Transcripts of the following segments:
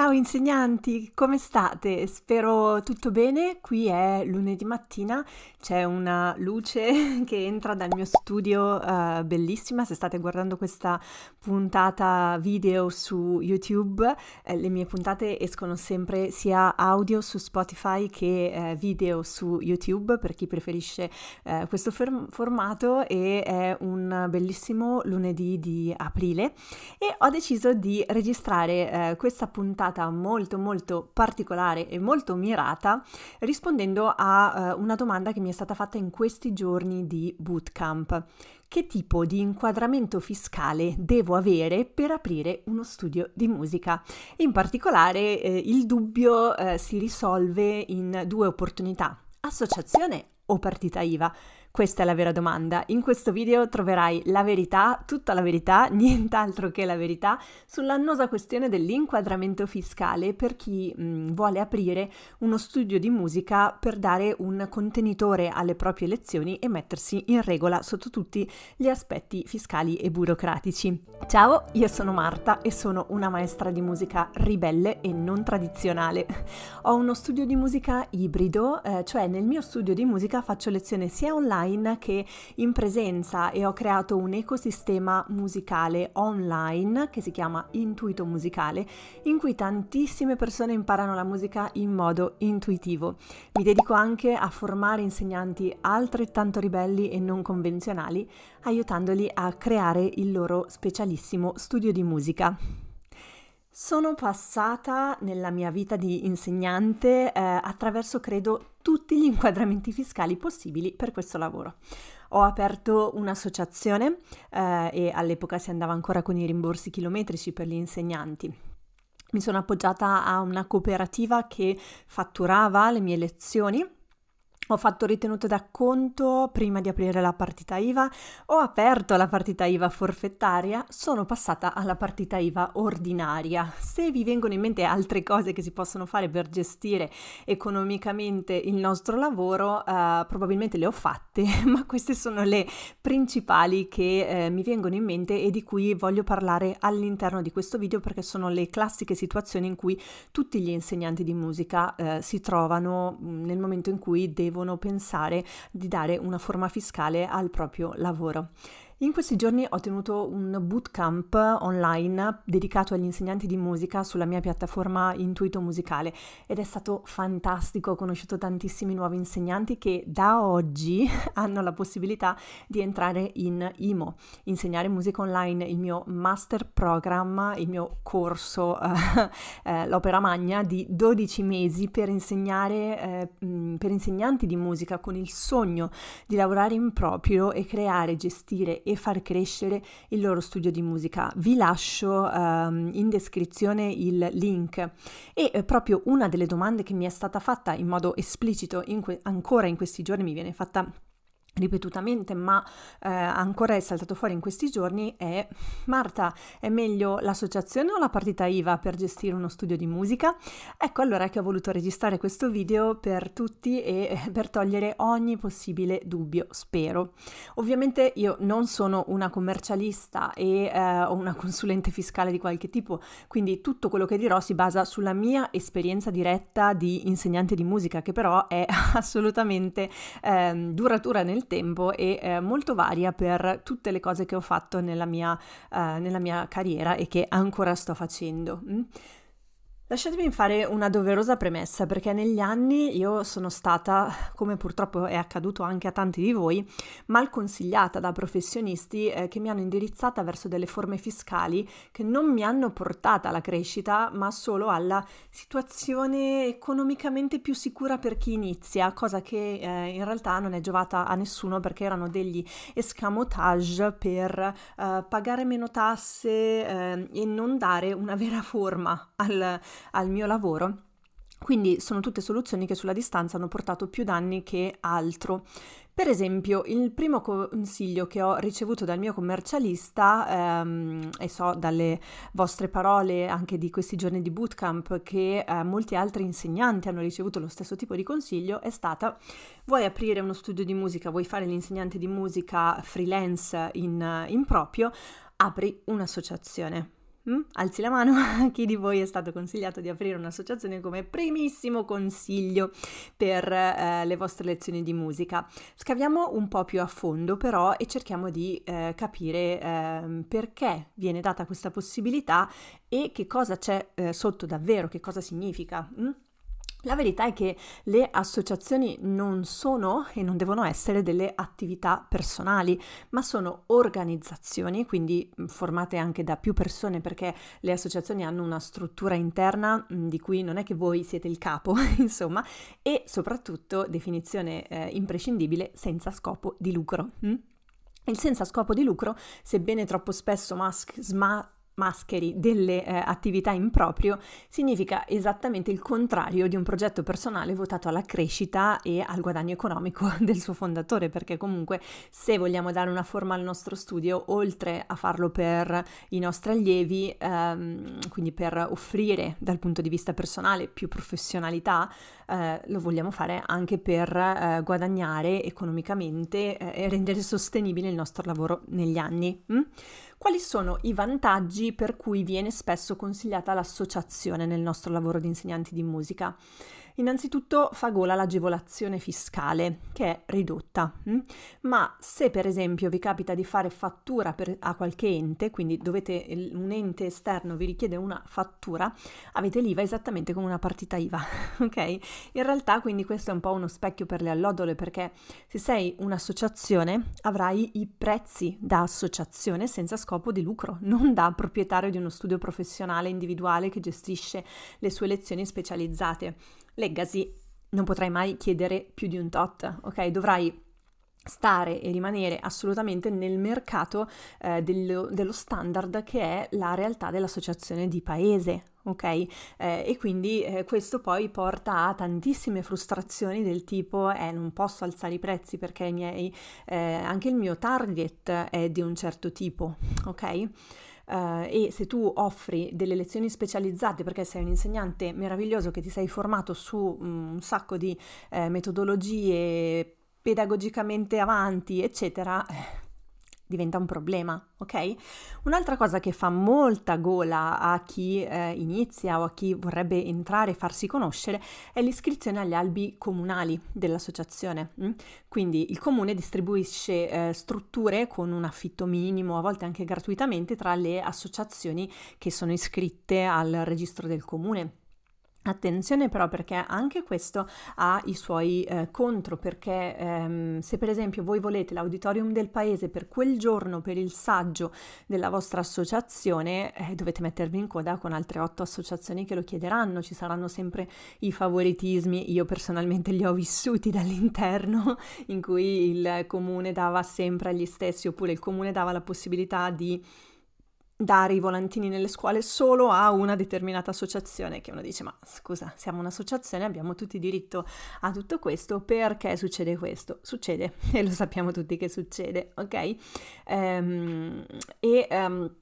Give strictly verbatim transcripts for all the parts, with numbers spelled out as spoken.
Ciao insegnanti, come state? Spero tutto bene. Qui è lunedì mattina, c'è una luce che entra dal mio studio, eh, bellissima. Se state guardando questa puntata video su YouTube, eh, le mie puntate escono sempre sia audio su Spotify che eh, video su YouTube per chi preferisce eh, questo fer- formato, e è un bellissimo lunedì di aprile e ho deciso di registrare eh, questa puntata molto molto particolare e molto mirata rispondendo a uh, una domanda che mi è stata fatta in questi giorni di bootcamp. Che tipo di inquadramento fiscale devo avere per aprire uno studio di musica? In particolare eh, il dubbio eh, si risolve in due opportunità: associazione o partita I V A? Questa è la vera domanda. In questo video troverai la verità, tutta la verità, nient'altro che la verità, sull'annosa questione dell'inquadramento fiscale per chi mh, vuole aprire uno studio di musica per dare un contenitore alle proprie lezioni e mettersi in regola sotto tutti gli aspetti fiscali e burocratici. Ciao, io sono Marta e sono una maestra di musica ribelle e non tradizionale. Ho uno studio di musica ibrido, eh, cioè nel mio studio di musica faccio lezione sia online che in presenza, e ho creato un ecosistema musicale online che si chiama Intuito Musicale, in cui tantissime persone imparano la musica in modo intuitivo. Mi dedico anche a formare insegnanti altrettanto ribelli e non convenzionali, aiutandoli a creare il loro specialissimo studio di musica. Sono passata nella mia vita di insegnante eh, attraverso, credo, tutti gli inquadramenti fiscali possibili per questo lavoro. Ho aperto un'associazione eh, e all'epoca si andava ancora con i rimborsi chilometrici per gli insegnanti. Mi sono appoggiata a una cooperativa che fatturava le mie lezioni. Ho fatto ritenuto d'acconto prima di aprire la partita I V A, ho aperto la partita I V A forfettaria, sono passata alla partita I V A ordinaria. Se vi vengono in mente altre cose che si possono fare per gestire economicamente il nostro lavoro, eh, probabilmente le ho fatte, ma queste sono le principali che eh, mi vengono in mente e di cui voglio parlare all'interno di questo video, perché sono le classiche situazioni in cui tutti gli insegnanti di musica eh, si trovano mh, nel momento in cui devono pensare di dare una forma fiscale al proprio lavoro. In questi giorni ho tenuto un bootcamp online dedicato agli insegnanti di musica sulla mia piattaforma Intuito Musicale ed è stato fantastico. Ho conosciuto tantissimi nuovi insegnanti che da oggi hanno la possibilità di entrare in I M O, insegnare musica online, il mio master program, il mio corso, eh, eh, l'opera magna di dodici mesi per insegnare, eh, per insegnanti di musica con il sogno di lavorare in proprio e creare, gestire e far crescere il loro studio di musica. Vi lascio um, in descrizione il link. E eh, proprio una delle domande che mi è stata fatta in modo esplicito in que- ancora in questi giorni, mi viene fatta ripetutamente, ma eh, ancora è saltato fuori in questi giorni, è: Marta, è meglio l'associazione o la partita I V A per gestire uno studio di musica? Ecco allora che ho voluto registrare questo video per tutti e per togliere ogni possibile dubbio, spero. Ovviamente io non sono una commercialista e eh, o una consulente fiscale di qualche tipo, quindi tutto quello che dirò si basa sulla mia esperienza diretta di insegnante di musica, che però è assolutamente eh, duratura nel tempo e eh, molto varia per tutte le cose che ho fatto nella mia, uh, nella mia carriera e che ancora sto facendo. Mm? Lasciatemi fare una doverosa premessa, perché negli anni io sono stata, come purtroppo è accaduto anche a tanti di voi, mal consigliata da professionisti eh, che mi hanno indirizzata verso delle forme fiscali che non mi hanno portata alla crescita, ma solo alla situazione economicamente più sicura per chi inizia, cosa che eh, in realtà non è giovata a nessuno, perché erano degli escamotage per eh, pagare meno tasse eh, e non dare una vera forma al al mio lavoro. Quindi sono tutte soluzioni che sulla distanza hanno portato più danni che altro. Per esempio, il primo consiglio che ho ricevuto dal mio commercialista, ehm, e so dalle vostre parole anche di questi giorni di bootcamp che eh, molti altri insegnanti hanno ricevuto lo stesso tipo di consiglio, è stata: vuoi aprire uno studio di musica, vuoi fare l'insegnante di musica freelance in, in proprio, apri un'associazione. Mm? Alzi la mano a chi di voi è stato consigliato di aprire un'associazione come primissimo consiglio per eh, le vostre lezioni di musica. Scaviamo un po' più a fondo però e cerchiamo di eh, capire eh, perché viene data questa possibilità e che cosa c'è eh, sotto davvero, che cosa significa. Mm? La verità è che le associazioni non sono e non devono essere delle attività personali, ma sono organizzazioni, quindi formate anche da più persone, perché le associazioni hanno una struttura interna di cui non è che voi siete il capo, insomma, e soprattutto, definizione eh, imprescindibile, senza scopo di lucro. Hm? Il senza scopo di lucro, sebbene troppo spesso mas- sma- mascheri delle eh, attività in proprio, significa esattamente il contrario di un progetto personale votato alla crescita e al guadagno economico del suo fondatore, perché comunque se vogliamo dare una forma al nostro studio, oltre a farlo per i nostri allievi, ehm, quindi per offrire dal punto di vista personale più professionalità, eh, lo vogliamo fare anche per eh, guadagnare economicamente eh, e rendere sostenibile il nostro lavoro negli anni. Mm? Quali sono i vantaggi per cui viene spesso consigliata l'associazione nel nostro lavoro di insegnanti di musica? Innanzitutto fa gola l'agevolazione fiscale, che è ridotta, hm? ma se per esempio vi capita di fare fattura per, a qualche ente, quindi dovete, un ente esterno vi richiede una fattura, avete l'I V A esattamente come una partita I V A, ok? In realtà quindi questo è un po' uno specchio per le allodole, perché se sei un'associazione avrai i prezzi da associazione senza scopo di lucro, non da proprietario di uno studio professionale individuale che gestisce le sue lezioni specializzate. Legacy, non potrai mai chiedere più di un tot, ok? Dovrai stare e rimanere assolutamente nel mercato eh, dello, dello standard che è la realtà dell'associazione di paese, ok? Eh, e quindi eh, questo poi porta a tantissime frustrazioni del tipo eh, non posso alzare i prezzi perché i miei, eh, anche il mio target è di un certo tipo, ok? Uh, e se tu offri delle lezioni specializzate perché sei un insegnante meraviglioso che ti sei formato su um, un sacco di eh, metodologie pedagogicamente avanti, eccetera, diventa un problema, ok? Un'altra cosa che fa molta gola a chi eh, inizia o a chi vorrebbe entrare e farsi conoscere è l'iscrizione agli albi comunali dell'associazione. Mm? Quindi il comune distribuisce eh, strutture con un affitto minimo, a volte anche gratuitamente, tra le associazioni che sono iscritte al registro del comune. Attenzione però, perché anche questo ha i suoi eh, contro, perché ehm, se per esempio voi volete l'auditorium del paese per quel giorno per il saggio della vostra associazione, eh, dovete mettervi in coda con altre otto associazioni che lo chiederanno, ci saranno sempre i favoritismi, io personalmente li ho vissuti dall'interno, in cui il comune dava sempre agli stessi, oppure il comune dava la possibilità di dare i volantini nelle scuole solo a una determinata associazione, che uno dice ma scusa, siamo un'associazione, abbiamo tutti diritto a tutto questo, perché succede questo? Succede e lo sappiamo tutti che succede, ok? Um, e um,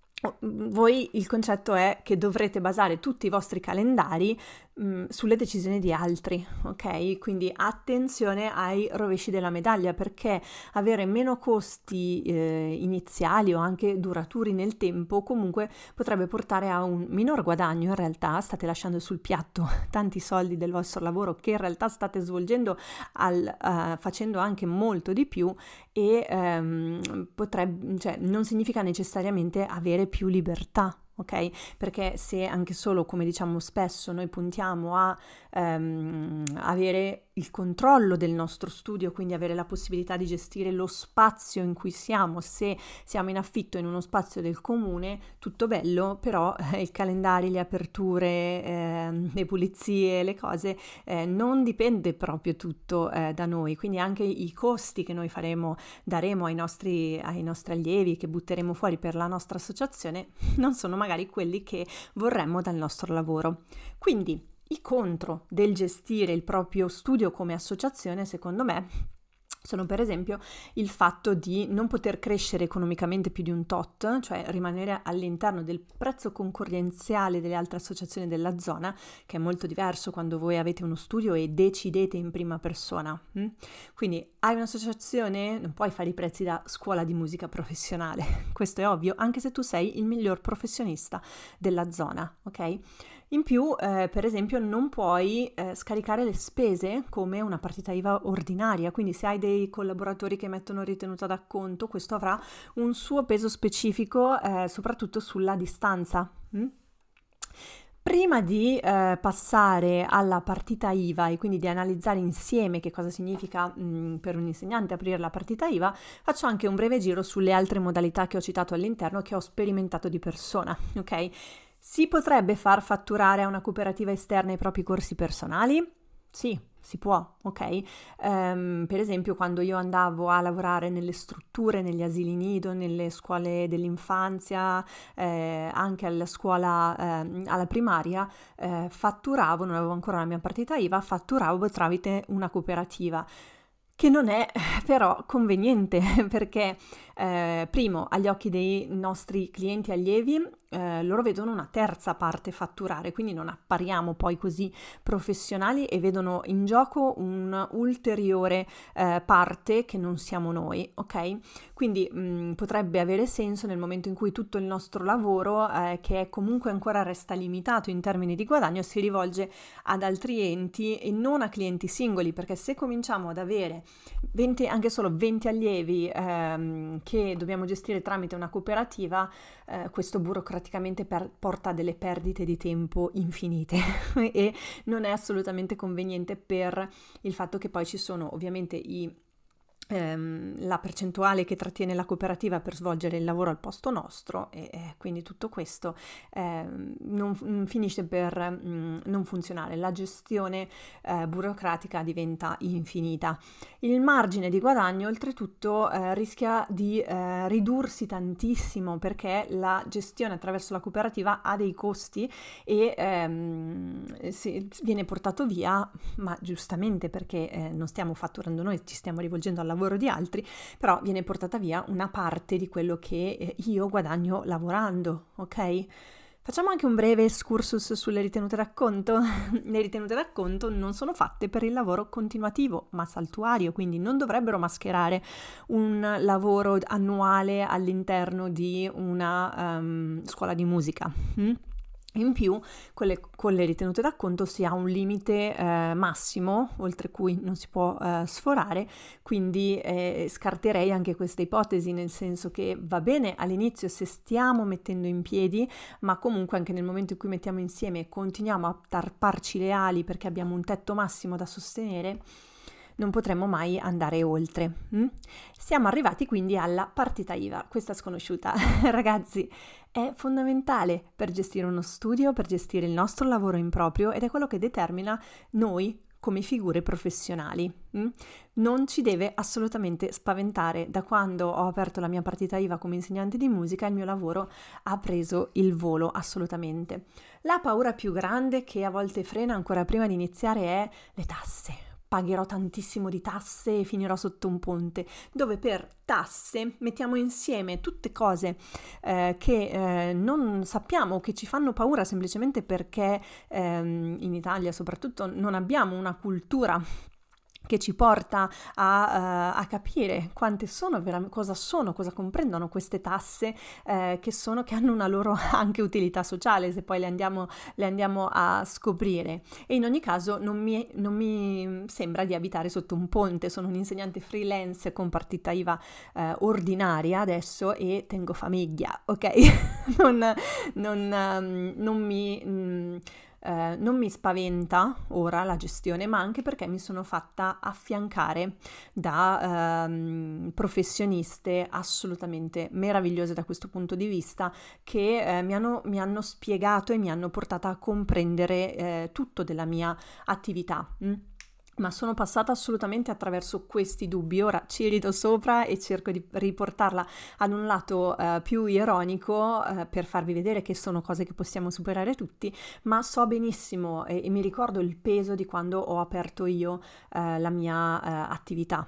voi il concetto è che dovrete basare tutti i vostri calendari mh, sulle decisioni di altri, ok? Quindi attenzione ai rovesci della medaglia, perché avere meno costi eh, iniziali o anche duraturi nel tempo comunque potrebbe portare a un minor guadagno. In realtà state lasciando sul piatto tanti soldi del vostro lavoro che in realtà state svolgendo al, uh, facendo anche molto di più e um, potrebbe, cioè, non significa necessariamente avere più libertà, ok? Perché se anche solo, come diciamo spesso, noi puntiamo a um, avere il controllo del nostro studio, quindi avere la possibilità di gestire lo spazio in cui siamo, se siamo in affitto in uno spazio del comune, tutto bello, però eh, i calendari, le aperture, eh, le pulizie, le cose, eh, non dipende proprio tutto eh, da noi, quindi anche i costi che noi faremo, daremo ai nostri, ai nostri allievi, che butteremo fuori per la nostra associazione, non sono magari quelli che vorremmo dal nostro lavoro. Quindi i contro del gestire il proprio studio come associazione, secondo me, sono per esempio il fatto di non poter crescere economicamente più di un tot, cioè rimanere all'interno del prezzo concorrenziale delle altre associazioni della zona, che è molto diverso quando voi avete uno studio e decidete in prima persona. Hm? Quindi hai un'associazione, non puoi fare i prezzi da scuola di musica professionale, questo è ovvio, anche se tu sei il miglior professionista della zona, ok? In più, eh, per esempio, non puoi eh, scaricare le spese come una partita I V A ordinaria, quindi se hai dei collaboratori che mettono ritenuta d'acconto, questo avrà un suo peso specifico, eh, soprattutto sulla distanza. Mm? Prima di eh, passare alla partita I V A e quindi di analizzare insieme che cosa significa mh, per un insegnante aprire la partita I V A, faccio anche un breve giro sulle altre modalità che ho citato all'interno che ho sperimentato di persona, ok? Si potrebbe far fatturare a una cooperativa esterna i propri corsi personali? Sì, si può, ok? Um, per esempio, quando io andavo a lavorare nelle strutture, negli asili nido, nelle scuole dell'infanzia, eh, anche alla scuola, eh, alla primaria, eh, fatturavo, non avevo ancora la mia partita I V A, fatturavo tramite una cooperativa. Che non è però conveniente perché, eh, primo, agli occhi dei nostri clienti allievi, eh, loro vedono una terza parte fatturare, quindi non appariamo poi così professionali e vedono in gioco un'ulteriore eh, parte che non siamo noi, ok? Quindi mh, potrebbe avere senso nel momento in cui tutto il nostro lavoro, eh, che è comunque ancora resta limitato in termini di guadagno, si rivolge ad altri enti e non a clienti singoli, perché se cominciamo ad avere venti, anche solo venti allievi ehm, che dobbiamo gestire tramite una cooperativa, eh, questo burocraticamente per, porta a delle perdite di tempo infinite e non è assolutamente conveniente per il fatto che poi ci sono ovviamente i Ehm, la percentuale che trattiene la cooperativa per svolgere il lavoro al posto nostro e, e quindi tutto questo ehm, non, non finisce per mh, non funzionare, la gestione eh, burocratica diventa infinita. Il margine di guadagno oltretutto eh, rischia di eh, ridursi tantissimo perché la gestione attraverso la cooperativa ha dei costi e ehm, si, viene portato via, ma giustamente perché eh, non stiamo fatturando noi, ci stiamo rivolgendo al lavoro di altri, però viene portata via una parte di quello che eh, io guadagno lavorando, ok? Facciamo anche un breve excursus sulle ritenute d'acconto. Le ritenute d'acconto non sono fatte per il lavoro continuativo, ma saltuario, quindi non dovrebbero mascherare un lavoro annuale all'interno di una um, scuola di musica. Mm? In più, con le, con le ritenute d'acconto si ha un limite eh, massimo, oltre cui non si può eh, sforare, quindi eh, scarterei anche questa ipotesi, nel senso che va bene all'inizio se stiamo mettendo in piedi, ma comunque anche nel momento in cui mettiamo insieme e continuiamo a tarparci le ali perché abbiamo un tetto massimo da sostenere, non potremo mai andare oltre. Mm? Siamo arrivati quindi alla partita I V A, questa sconosciuta. Ragazzi, è fondamentale per gestire uno studio, per gestire il nostro lavoro in proprio ed è quello che determina noi come figure professionali. Mm? Non ci deve assolutamente spaventare. Da quando ho aperto la mia partita I V A come insegnante di musica, il mio lavoro ha preso il volo assolutamente. La paura più grande che a volte frena ancora prima di iniziare è le tasse. Pagherò tantissimo di tasse e finirò sotto un ponte, dove per tasse mettiamo insieme tutte cose eh, che eh, non sappiamo, che ci fanno paura semplicemente perché ehm, in Italia soprattutto non abbiamo una cultura che ci porta a, uh, a capire quante sono, vera- cosa sono, cosa comprendono queste tasse eh, che sono, che hanno una loro anche utilità sociale se poi le andiamo, le andiamo a scoprire. E in ogni caso non mi, non mi sembra di abitare sotto un ponte, sono un insegnante freelance con partita I V A eh, ordinaria adesso e tengo famiglia, ok? non, non, um, non mi... Mm, Uh, non mi spaventa ora la gestione, ma anche perché mi sono fatta affiancare da uh, professioniste assolutamente meravigliose da questo punto di vista che uh, mi, hanno, mi hanno spiegato e mi hanno portata a comprendere uh, tutto della mia attività. Mm? Ma sono passata assolutamente attraverso questi dubbi. Ora ci rido sopra e cerco di riportarla ad un lato uh, più ironico uh, per farvi vedere che sono cose che possiamo superare tutti, ma so benissimo e, e mi ricordo il peso di quando ho aperto io uh, la mia uh, attività.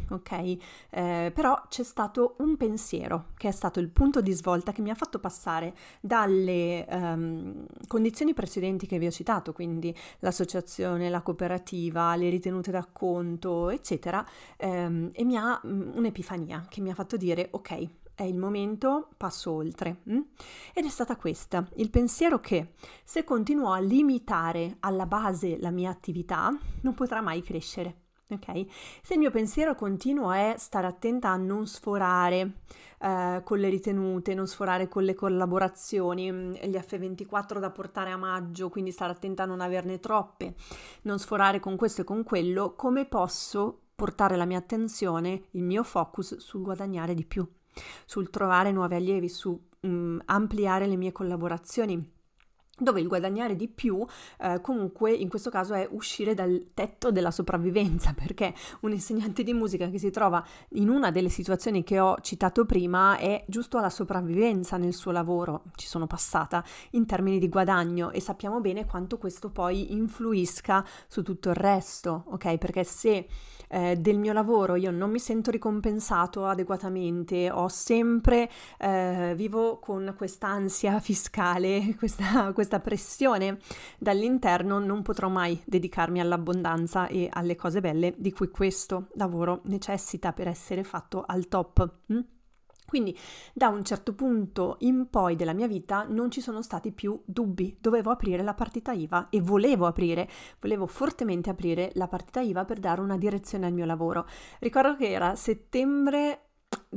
ok? Eh, però c'è stato un pensiero che è stato il punto di svolta che mi ha fatto passare dalle um, condizioni precedenti che vi ho citato, quindi l'associazione, la cooperativa, le ritenute d'acconto, eccetera, ehm, e mi ha um, un'epifania che mi ha fatto dire ok, è il momento, passo oltre. Mm? Ed è stata questa, il pensiero che se continuo a limitare alla base la mia attività, non potrà mai crescere. Ok? Se il mio pensiero continuo è stare attenta a non sforare eh, con le ritenute, non sforare con le collaborazioni, gli effe ventiquattro da portare a maggio, quindi stare attenta a non averne troppe, non sforare con questo e con quello, come posso portare la mia attenzione, il mio focus sul guadagnare di più, sul trovare nuovi allievi, su mh, ampliare le mie collaborazioni, dove il guadagnare di più eh, comunque in questo caso è uscire dal tetto della sopravvivenza, perché un insegnante di musica che si trova in una delle situazioni che ho citato prima è giusto alla sopravvivenza nel suo lavoro, ci sono passata in termini di guadagno e sappiamo bene quanto questo poi influisca su tutto il resto, ok? Perché se eh, del mio lavoro io non mi sento ricompensato adeguatamente, ho sempre, eh, vivo con quest'ansia fiscale, questa, questa questa pressione dall'interno, non potrò mai dedicarmi all'abbondanza e alle cose belle di cui questo lavoro necessita per essere fatto al top. Mm? Quindi da un certo punto in poi della mia vita non ci sono stati più dubbi, dovevo aprire la partita I V A e volevo aprire, volevo fortemente aprire la partita I V A per dare una direzione al mio lavoro. Ricordo che era settembre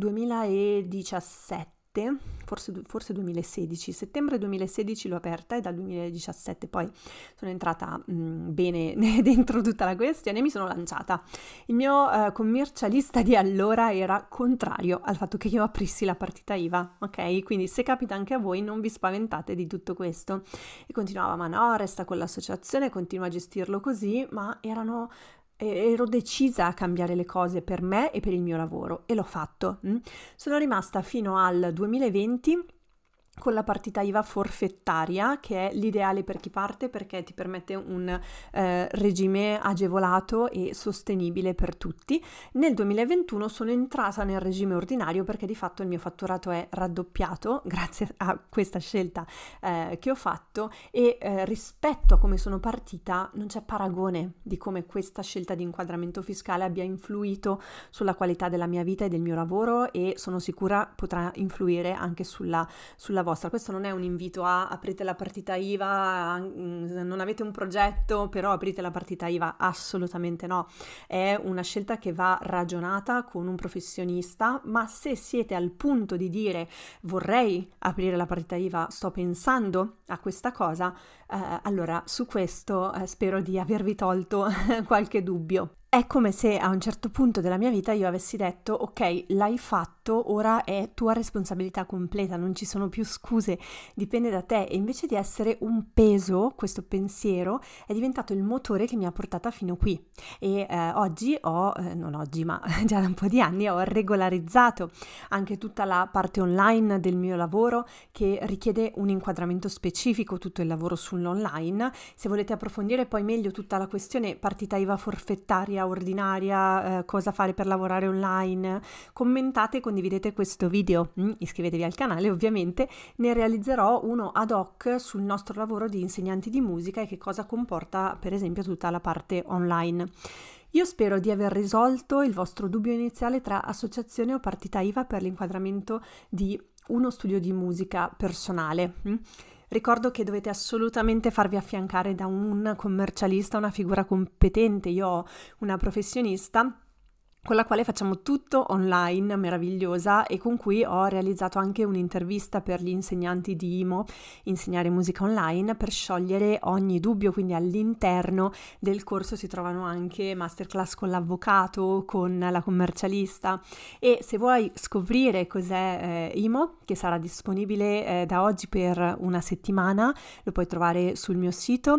duemiladiciassette, forse, forse duemilasedici, settembre duemilasedici l'ho aperta e dal duemiladiciassette poi sono entrata mh, bene dentro tutta la questione e mi sono lanciata. Il mio uh, commercialista di allora era contrario al fatto che io aprissi la partita I V A, ok? Quindi se capita anche a voi non vi spaventate di tutto questo. E continuava, ma no, resta con l'associazione, continua a gestirlo così, ma erano... ero decisa a cambiare le cose per me e per il mio lavoro e l'ho fatto. Sono rimasta fino al duemilaventi con la partita I V A forfettaria, che è l'ideale per chi parte perché ti permette un eh, regime agevolato e sostenibile per tutti. Nel duemilaventuno sono entrata nel regime ordinario perché di fatto il mio fatturato è raddoppiato grazie a questa scelta eh, che ho fatto e eh, rispetto a come sono partita non c'è paragone di come questa scelta di inquadramento fiscale abbia influito sulla qualità della mia vita e del mio lavoro e sono sicura potrà influire anche sulla, sulla vostra. Questo non è un invito a aprite la partita I V A, non avete un progetto però aprite la partita I V A, assolutamente no, è una scelta che va ragionata con un professionista, ma se siete al punto di dire vorrei aprire la partita I V A, sto pensando a questa cosa, eh, allora su questo eh, spero di avervi tolto qualche dubbio. È come se a un certo punto della mia vita io avessi detto ok, l'hai fatto, ora è tua responsabilità completa, non ci sono più scuse, dipende da te, e invece di essere un peso, questo pensiero è diventato il motore che mi ha portata fino qui e eh, oggi ho, eh, non oggi ma già da un po' di anni ho regolarizzato anche tutta la parte online del mio lavoro che richiede un inquadramento specifico, tutto il lavoro sull'online. Se volete approfondire poi meglio tutta la questione partita I V A forfettaria ordinaria, eh, cosa fare per lavorare online, commentate e condividete questo video, mm, iscrivetevi al canale, ovviamente ne realizzerò uno ad hoc sul nostro lavoro di insegnanti di musica e che cosa comporta per esempio tutta la parte online. Io spero di aver risolto il vostro dubbio iniziale tra associazione o partita I V A per l'inquadramento di uno studio di musica personale. Mm? Ricordo che dovete assolutamente farvi affiancare da un commercialista, una figura competente. Io ho una professionista con la quale facciamo tutto online, meravigliosa, e con cui ho realizzato anche un'intervista per gli insegnanti di I M O, Insegnare Musica Online, per sciogliere ogni dubbio. Quindi all'interno del corso si trovano anche masterclass con l'avvocato, con la commercialista, e se vuoi scoprire cos'è eh, I M O, che sarà disponibile eh, da oggi per una settimana, lo puoi trovare sul mio sito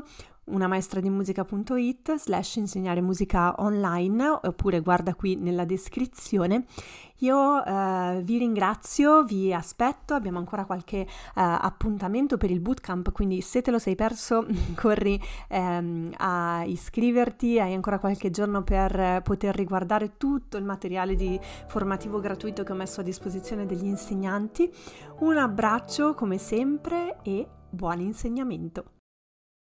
unamaestradimusica.it slash insegnare musica online, oppure guarda qui nella descrizione. Io eh, vi ringrazio, vi aspetto, abbiamo ancora qualche eh, appuntamento per il bootcamp, quindi se te lo sei perso corri ehm, a iscriverti, hai ancora qualche giorno per poter riguardare tutto il materiale di formativo gratuito che ho messo a disposizione degli insegnanti. Un abbraccio come sempre e buon insegnamento!